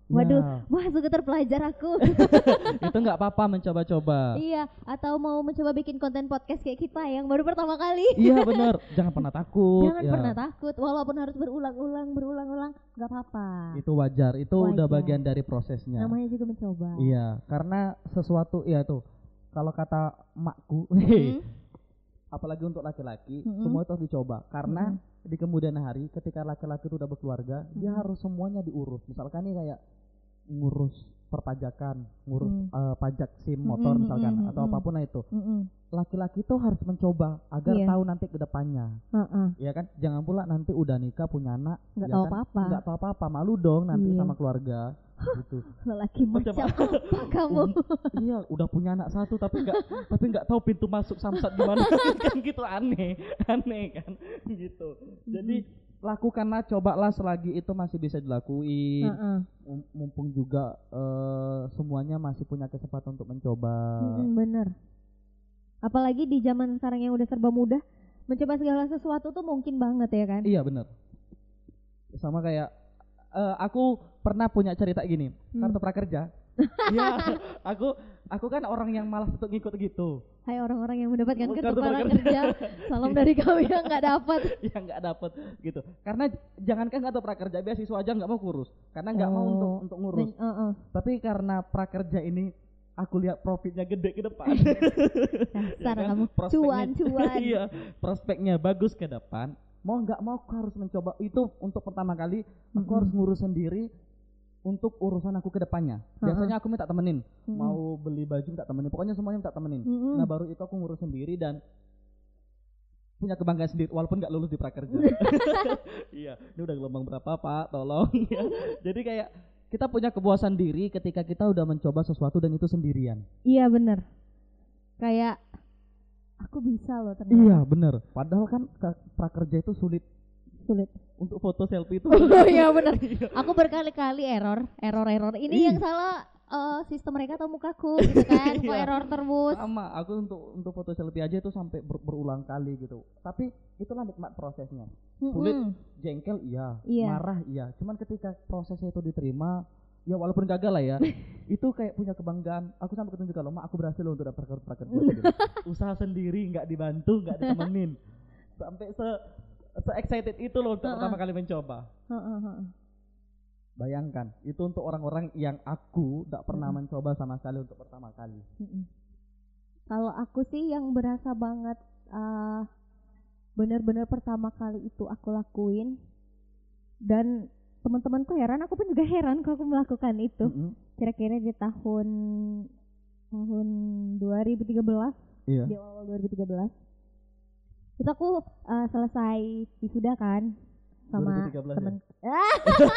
Waduh, Ya. wah suka terpelajar aku. Itu nggak apa-apa mencoba-coba. Iya, atau mau mencoba bikin konten podcast kayak kita yang baru pertama kali. Iya bener, jangan pernah takut. Jangan ya. pernah takut, walaupun harus berulang-ulang, berulang-ulang, nggak apa-apa. Itu wajar, itu udah Wajar. bagian dari prosesnya. Namanya juga mencoba. Iya, karena sesuatu ya tuh. Kalau kata emakku, Mm. apalagi untuk laki-laki, Mm-mm. semua itu harus dicoba. Karena Mm-mm. di kemudian hari, ketika laki-laki itu udah berkeluarga, dia Mm-mm. harus semuanya diurus. Misalkan nih kayak ngurus perpajakan, ngurus Mm. eh, pajak SIM motor Mm-mm, misalkan, mm-mm, atau mm-mm. apapun lah itu. Mm-mm. Laki-laki itu harus mencoba agar Iya. tahu nanti ke depannya. Heeh. Ya kan, jangan pula nanti udah nikah punya anak, Nggak ya tahu kan, apa-apa. nggak tahu apa-apa, malu dong nanti Iya. sama keluarga. Gitu. Lelaki macam Macam- apa kamu? Um, iya, udah punya anak satu tapi nggak tapi nggak tahu pintu masuk samsat gimana kan gitu aneh, aneh kan gitu. Jadi lakukanlah, cobalah selagi itu masih bisa dilakuin. Heeh. Mum- Mumpung juga eh, semuanya masih punya kesempatan untuk mencoba. Mm-mm, bener. Apalagi di zaman sekarang yang udah serba mudah, mencoba segala sesuatu tuh mungkin banget ya kan? Iya bener. Sama kayak eh, aku pernah punya cerita gini, Hmm. kartu prakerja. Iya, aku aku kan orang yang malas untuk ngikut gitu. Hai orang-orang yang mendapatkan Kartu kartu prakerja. prakerja, salam dari kami yang nggak dapat. Ya nggak dapet gitu, karena jangankan kartu prakerja, beasiswa aja nggak mau ngurus karena nggak mau Oh. untuk untuk ngurus. Dan- uh-uh. Tapi karena prakerja ini aku lihat profitnya gede ke depan. Dasar Ya kan? kamu Prospeknya- cuan-cuan. Iya, prospeknya bagus ke depan. Mau nggak mau aku harus mencoba itu. Untuk pertama kali aku Mm-mm. harus ngurus sendiri untuk urusan aku ke depannya. Biasanya aku minta temenin, Mm-mm. mau beli baju minta temenin, pokoknya semuanya minta temenin. Mm-mm. Nah baru itu aku ngurus sendiri dan punya kebanggaan sendiri walaupun nggak lulus di prakerja. Iya, ini udah gelombang berapa Pak? Tolong. Ya. Jadi kayak kita punya kepuasan diri ketika kita udah mencoba sesuatu dan itu sendirian. Iya bener. Kayak aku bisa loh ternyata. Iya bener. Padahal kan ke- prakerja itu sulit Sulit. untuk foto selfie itu. Oh iya bener. Aku berkali-kali error, error, error. Ini Ih. yang salah eh, sistem mereka atau mukaku gitu kan? Kok Iya. error terus? Sama, aku untuk untuk foto selfie aja itu sampai ber- berulang kali gitu. Tapi itulah nikmat prosesnya. Sulit, Mm-mm. jengkel iya, Iya. marah iya. Cuman ketika prosesnya itu diterima, ya walaupun gagal lah ya, itu kayak punya kebanggaan. Aku sampai ketunjuk kalau mak aku berhasil loh untuk dapat praker- prakerja. Gitu. Usaha sendiri, nggak dibantu, nggak ditemenin. Sampai se se excited itu loh untuk Uh-uh. pertama kali mencoba. Heeh, heeh. Bayangkan, itu untuk orang-orang yang aku tidak pernah Mm-mm. mencoba sama sekali untuk pertama kali. Mm-mm. Kalau aku sih yang berasa banget uh, benar-benar pertama kali itu aku lakuin dan teman-temanku heran, aku pun juga heran kalau aku melakukan itu. Mm-mm. Kira-kira di tahun tahun dua ribu tiga belas, Iya. di awal dua ribu tiga belas itu aku uh, selesai wisuda kan sama dua ribu tiga belas temen. ya? Ah!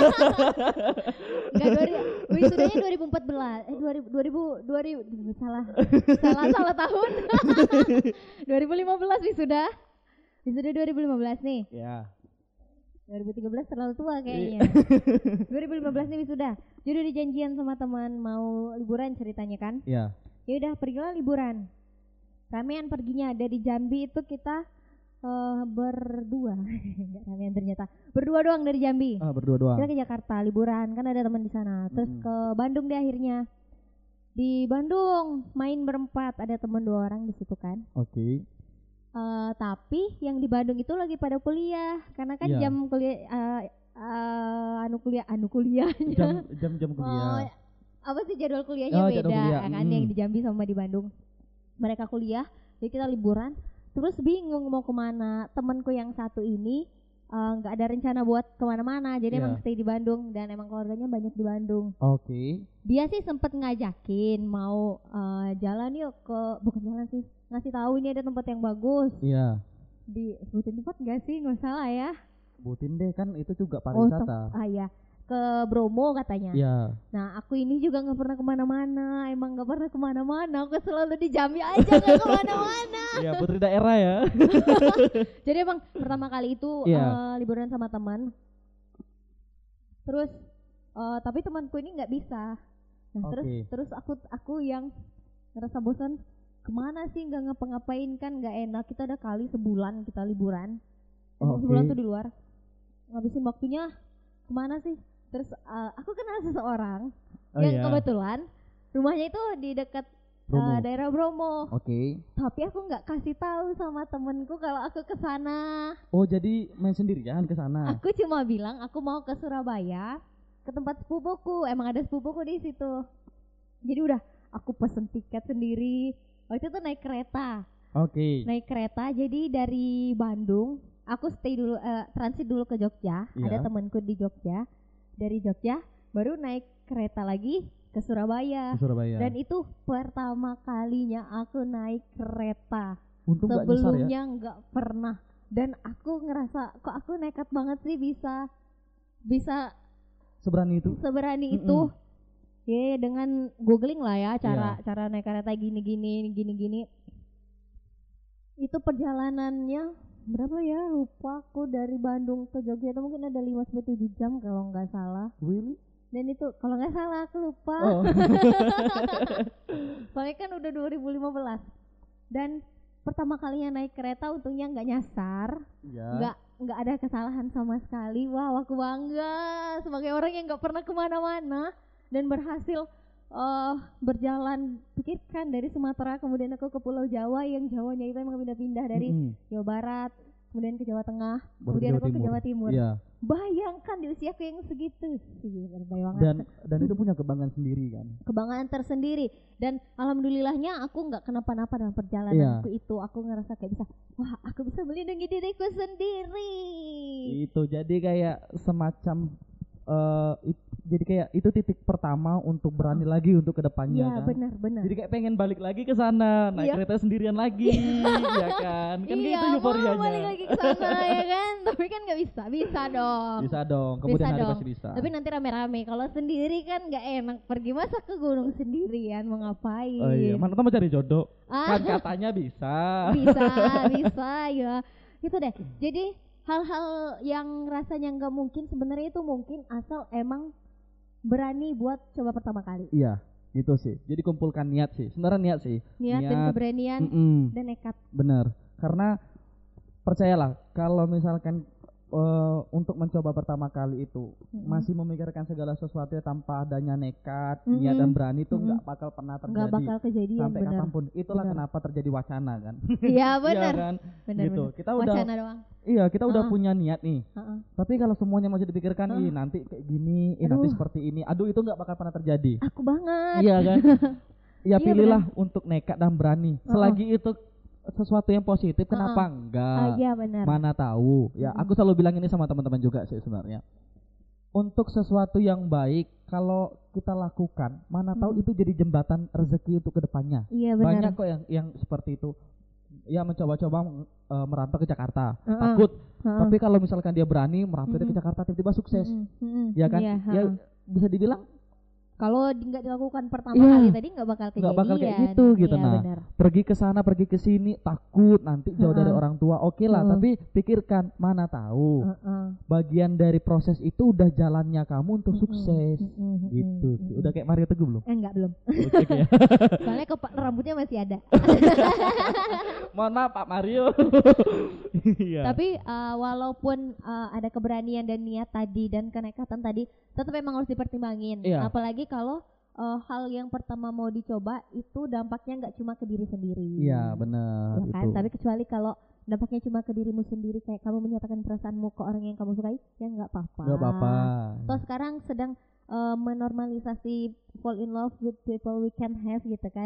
Enggak, dua ribu, wisudanya dua ribu empat belas. Eh dua ribu dua ribu dua ribu salah. Salah salah tahun. dua ribu lima belas wisuda. Wisuda dua ribu lima belas nih. Ya. dua ribu tiga belas terlalu tua Iya. kayaknya. dua ribu lima belas nih wisuda. Jadi udah janjian sama teman mau liburan ceritanya kan. Iya. Ya udah pergilah liburan. Ramean perginya dari Jambi itu kita eh, berdua. Enggak ramean ternyata. Berdua doang dari Jambi. Ah, berdua doang. Kita ke Jakarta liburan kan ada teman di sana. Terus Mm-mm. ke Bandung deh akhirnya. Di Bandung main berempat, ada teman dua orang di situ kan. Oke. Eh, tapi yang di Bandung itu lagi pada kuliah karena kan Iya. jam kuliah eh, eh, anu kuliah anu kuliahnya. Jam jam jam Oh, kuliah. apa sih jadwal kuliahnya Oh, beda jadwal kuliah, ya kan mm. yang di Jambi sama di Bandung. Mereka kuliah, jadi kita liburan. Terus bingung mau kemana. Temanku yang satu ini eh, nggak ada rencana buat kemana-mana, jadi Iya. emang stay di Bandung dan emang keluarganya banyak di Bandung. Oke. Dia sih sempet ngajakin mau eh, jalan yuk ke bukan jalan sih ngasih tahu ini ada tempat yang bagus Iya. di sebutin tempat nggak sih nggak salah ya. Sebutin deh, kan itu juga Oh, pariwisata. tem- ah ya ke Bromo katanya. Iya. Nah aku ini juga nggak pernah kemana-mana, emang nggak pernah kemana-mana, aku selalu di Jambi aja nggak kemana-mana. Iya, putri daerah ya. Jadi emang pertama kali itu Iya. eh, liburan sama teman. Terus eh, tapi temanku ini nggak bisa. Nah terus Oke. terus aku aku yang ngerasa bosan, kemana sih nggak ngapa-ngapain kan nggak enak. Kita udah kali sebulan kita liburan, Emang Oke. sebulan tuh di luar. Ngabisin waktunya kemana sih? Terus uh, aku kenal seseorang Oh, yang iya. kebetulan rumahnya itu di dekat Bromo. uh, daerah Bromo. Oke. Tapi aku nggak kasih tahu sama temenku kalau aku ke sana. Oh, jadi main sendirian ke sana. Aku cuma bilang aku mau ke Surabaya ke tempat sepupuku. Emang ada sepupuku di situ. Jadi udah aku pesen tiket sendiri. Waktu itu naik kereta. Oke. Naik kereta. Jadi dari Bandung aku stay dulu uh, transit dulu ke Jogja. Iya. Ada temanku di Jogja. Dari Jogja baru naik kereta lagi ke Surabaya. Ke Surabaya. Dan itu pertama kalinya aku naik kereta. Untung nggak nyasar ya. Sebelumnya nggak pernah. Dan aku ngerasa kok aku nekat banget sih bisa bisa Seberani itu. seberani Mm-mm. itu. Ya dengan googling lah ya cara Iya. cara naik kereta gini-gini gini-gini. Itu perjalanannya berapa ya? Lupa aku dari Bandung ke Jogja itu mungkin ada lima sampai tujuh jam kalau nggak salah. Really? Dan itu kalau nggak salah aku lupa. Oh. Soalnya kan udah dua ribu lima belas. Dan pertama kalinya naik kereta untungnya nggak nyasar, Iya. nggak nggak ada kesalahan sama sekali. Wow, aku bangga sebagai orang yang nggak pernah kemana-mana dan berhasil uh, berjalan. Pikirkan dari Sumatera kemudian aku ke Pulau Jawa yang Jawanya itu emang pindah-pindah dari Mm-mm. Jawa Barat kemudian ke Jawa Tengah Baru kemudian Jawa aku ke Timur. Jawa Timur. Iya. Bayangkan di usiaku yang segitu sih, berbayang Dan dan itu punya kebanggaan sendiri kan. kebanggaan tersendiri. Dan alhamdulillahnya aku nggak kenapa-napa dalam perjalananku Iya. itu. Aku ngerasa kayak bisa, wah aku bisa melindungi diriku sendiri. Itu jadi kayak semacam eh it- jadi kayak itu titik pertama untuk berani lagi untuk kedepannya Iya kan. benar-benar. Jadi kayak pengen balik lagi ke sana, naik Iya. kereta sendirian lagi, ya kan? Kan iya, gitu mau euforianya. balik lagi ke sana ya kan. Tapi kan nggak bisa, bisa dong. Bisa dong, kemudian Bisa hari dong. pasti bisa. Tapi nanti rame-rame. Kalau sendiri kan nggak enak. Pergi masa ke gunung sendirian mau ngapain? Oh iya, mana tahu mau cari jodoh. Ah. Kan katanya bisa. bisa bisa ya gitu deh. Jadi hal-hal yang rasanya nggak mungkin sebenarnya itu mungkin asal emang berani buat coba pertama kali. Iya, gitu sih. Jadi kumpulkan niat sih. Sebenarnya niat sih. Niat, dan keberanian Mm-mm. dan nekat. Bener. Karena percayalah, kalau misalkan eh, untuk mencoba pertama kali itu Mm-mm. masih memikirkan segala sesuatu tanpa adanya nekat, Mm-mm. niat dan berani itu Mm-mm. nggak bakal pernah Nggak terjadi bakal kejadian sampai benar. kapanpun. Itulah Benar. kenapa terjadi wacana kan. Iya benar. Iya kan? Benar Gitu. benar. Kita udah Wacana doang. iya, kita udah Ah. punya niat nih. Heeh. Tapi kalau semuanya masih dipikirkan, Ah. ih nanti kayak gini, ih nanti Aduh. seperti ini. Aduh, itu nggak bakal pernah terjadi. Aku banget. Iya kan? Ya Iya, pilihlah untuk nekat dan berani. Uh-uh. Selagi itu sesuatu yang positif, kenapa Ah, enggak? iya benar. Mana tahu. Ya, Mm-mm. aku selalu bilang ini sama teman-teman juga sih sebenarnya. Untuk sesuatu yang baik, kalau kita lakukan, mana tahu Mm. itu jadi jembatan rezeki untuk kedepannya. Iya benar. Banyak kok yang yang seperti itu. Ya mencoba-coba eh, merantau ke Jakarta, Uh-uh. takut. Heeh. Tapi kalau misalkan dia berani merantau dia ke Mm-mm. Jakarta, tiba-tiba sukses, Mm-mm. Mm-mm. ya kan? Iya, Ya heeh. bisa dibilang Kalau di- nggak dilakukan pertama Iya. kali tadi nggak bakal kejadian. Nggak bakal kayak gitu, gitu. Iya, Nah, benar. pergi ke sana, pergi ke sini, takut nanti jauh dari Uh-uh. orang tua. Oke lah, Uh-uh. tapi pikirkan, mana tahu Heeh. bagian dari proses itu udah jalannya kamu untuk Mm-mm. sukses. Mm-mm. Gitu sih. Mm-mm. Udah kayak Mario Teguh belum? Eh, enggak belum. Oke ya. Soalnya kepa- rambutnya masih ada. Mohon maaf Pak Mario. Iya. Tapi uh, walaupun uh, ada keberanian dan niat tadi dan kenekatan tadi, tetap memang harus dipertimbangin. Iya. Apalagi kalau uh, hal yang pertama mau dicoba itu dampaknya nggak cuma ke diri sendiri. Iya, benar Ya kan? itu. Tapi kecuali kalau dampaknya cuma ke dirimu sendiri, kayak kamu menyatakan perasaanmu ke orang yang kamu sukai, ya nggak apa-apa. Enggak apa-apa. Toh sekarang sedang uh, menormalisasi fall in love with people we can have gitu kan.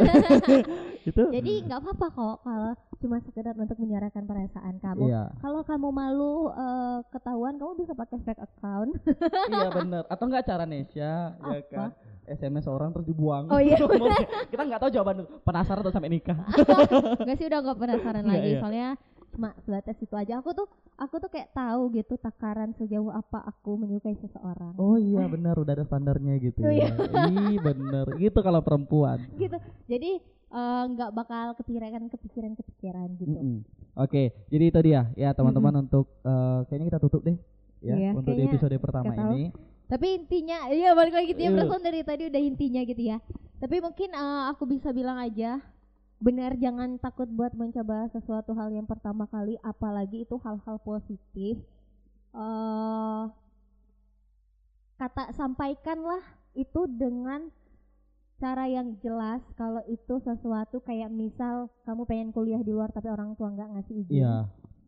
Itu Jadi nggak apa-apa kok kalau cuma sekedar untuk menyuarakan perasaan kamu. iya. Kalau kamu malu uh, ketahuan, kamu bisa pakai fake account. Iya benar. Atau enggak cara Nesya, ya Apa? kan? S M S orang terus dibuang. Oh iya, Nomornya. Kita nggak tahu jawaban. Penasaran tuh sampai nikah. Enggak sih, udah nggak penasaran Nggak, lagi. iya. Soalnya cuma sebatas itu aja. Aku tuh aku tuh kayak tahu gitu takaran sejauh apa aku menyukai seseorang. Oh iya benar, udah ada standarnya gitu Oh, ya. iya. Ih bener, gitu kalau perempuan. Gitu. Jadi eh, nggak bakal kepikiran kepikiran kepikiran gitu. Mm-mm. Oke, jadi itu dia ya teman-teman untuk eh, kayaknya kita tutup deh ya Iya, untuk di kayaknya episode pertama nggak tahu. ini. Tapi intinya, iya balik lagi intinya Iya. perasaan dari tadi udah intinya gitu ya. Tapi mungkin eh, aku bisa bilang aja, benar jangan takut buat mencoba sesuatu hal yang pertama kali, apalagi itu hal-hal positif. eh kata sampaikanlah itu dengan cara yang jelas. Kalau itu sesuatu kayak misal kamu pengen kuliah di luar tapi orang tua nggak ngasih izin. Iya.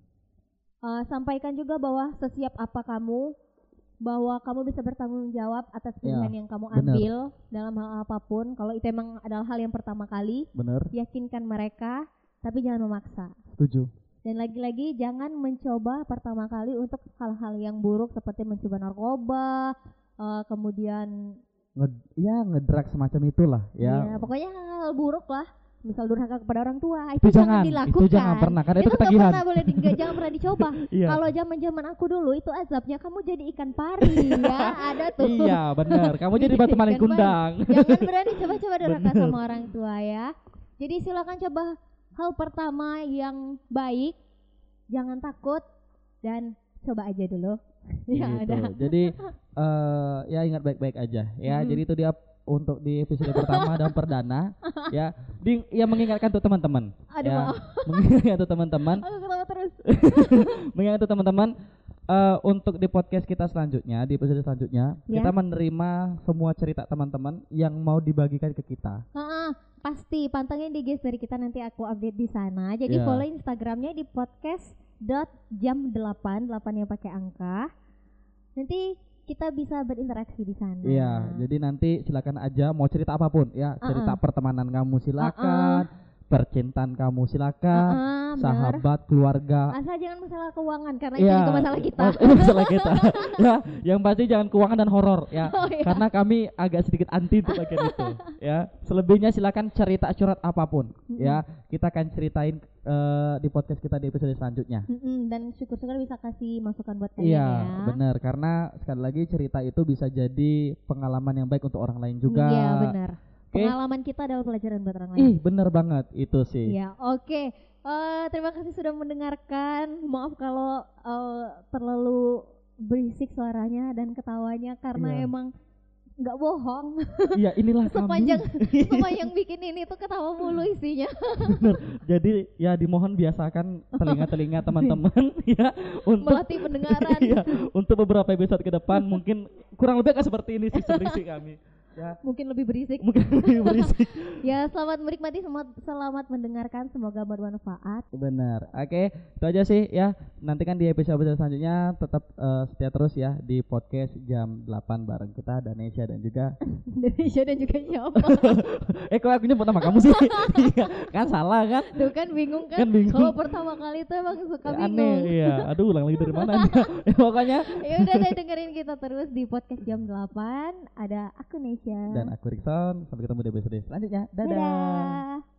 Uh, sampaikan juga bahwa sesiap apa kamu, bahwa kamu bisa bertanggung jawab atas pilihan Ya, yang kamu bener. ambil dalam hal apapun. Kalau itu emang adalah hal yang pertama kali, Bener. yakinkan mereka, tapi jangan memaksa. Setuju. Dan lagi-lagi jangan mencoba pertama kali untuk hal-hal yang buruk seperti mencoba narkoba, uh, kemudian Nge ya ngedrak semacam itulah ya. ya pokoknya hal-hal buruk lah. Misal durhaka kepada orang tua, itu, Itu jangan jangan, dilakukan. itu jangan pernah, karena itu nggak ketagihan. pernah boleh di, nggak- jangan pernah dicoba. Iya. Kalau zaman-zaman aku dulu itu azabnya kamu jadi ikan pari ya, ada tuh. Iya, benar. Kamu jadi batu maling Ikan pari. kundang. Jangan berani coba-coba durhaka Bener. sama orang tua ya. Jadi silakan coba hal pertama yang baik, jangan takut dan coba aja dulu. Ya Gitu. ada. Jadi eh ya ingat baik-baik aja ya. Mhm. Jadi itu dia untuk di episode pertama dan perdana ya. Di yang mengingatkan untuk teman-teman. Aduh Ya, maaf, mengingatkan untuk teman-teman, aku ketawa terus. mengingatkan untuk teman-teman eh, untuk di podcast kita selanjutnya, di episode selanjutnya Ya. kita menerima semua cerita teman-teman yang mau dibagikan ke kita. Heeh, pasti pantengin di G story kita, nanti aku update di sana. Jadi Ya. follow Instagramnya di podcast dot jam delapan, delapan yang pakai angka. Nanti kita bisa berinteraksi di sana. Iya, jadi nanti silakan aja mau cerita apapun ya, cerita Uh-uh. pertemanan kamu silakan, percintaan kamu silakan, Heeh, bener. sahabat, keluarga. Asal jangan masalah keuangan karena Iya, itu juga masalah kita. mas- itu masalah kita. Ya, yang pasti jangan keuangan dan horor ya. Oh, iya. Karena kami agak sedikit anti untuk bagian itu ya. Selebihnya silakan cerita curhat apapun ya. Kita akan ceritain eh, di podcast kita di episode selanjutnya. Mm-mm, dan syukur-syukur bisa kasih masukan buat kalian Iya, ya. benar. Karena sekali lagi cerita itu bisa jadi pengalaman yang baik untuk orang lain juga. Iya benar. Oke. Pengalaman kita adalah pelajaran buat orang lain. Ih, bener banget itu sih. Iya, oke. Eh, terima kasih sudah mendengarkan. Maaf kalau eh, terlalu berisik suaranya dan ketawanya karena Iya. emang nggak bohong. Iya, inilah kami. Sepanjang sepanjang bikin ini tuh ketawa mulu isinya. Bener. Jadi ya dimohon biasakan telinga-telinga teman-teman ya untuk Melatih pendengaran. iya, untuk beberapa episode ke depan mungkin kurang lebih akan seperti ini sih berisik kami. Ya, Mungkin lebih berisik. mungkin lebih berisik. Ya, selamat menikmati, selamat, selamat mendengarkan, semoga bermanfaat. Benar. Oke, itu aja sih ya. Nantikan di episode selanjutnya tetap eh, setia terus ya di podcast jam delapan bareng kita Danesha dan juga Indonesia dan juga siapa? eh kok aku nyebut nama kamu sih? Iya, kan salah kan? Tuh kan bingung kan? Kan bingung. Kalau pertama kali tuh emang suka Ya, bingung. aneh, iya. Aduh, ulang lagi dari mana nih? Ya, pokoknya Ya udah deh, dengerin kita terus di podcast jam delapan. Ada aku Nesha. dan aku Rikson, sampai ketemu di episode selanjutnya. Dadah. Dadah.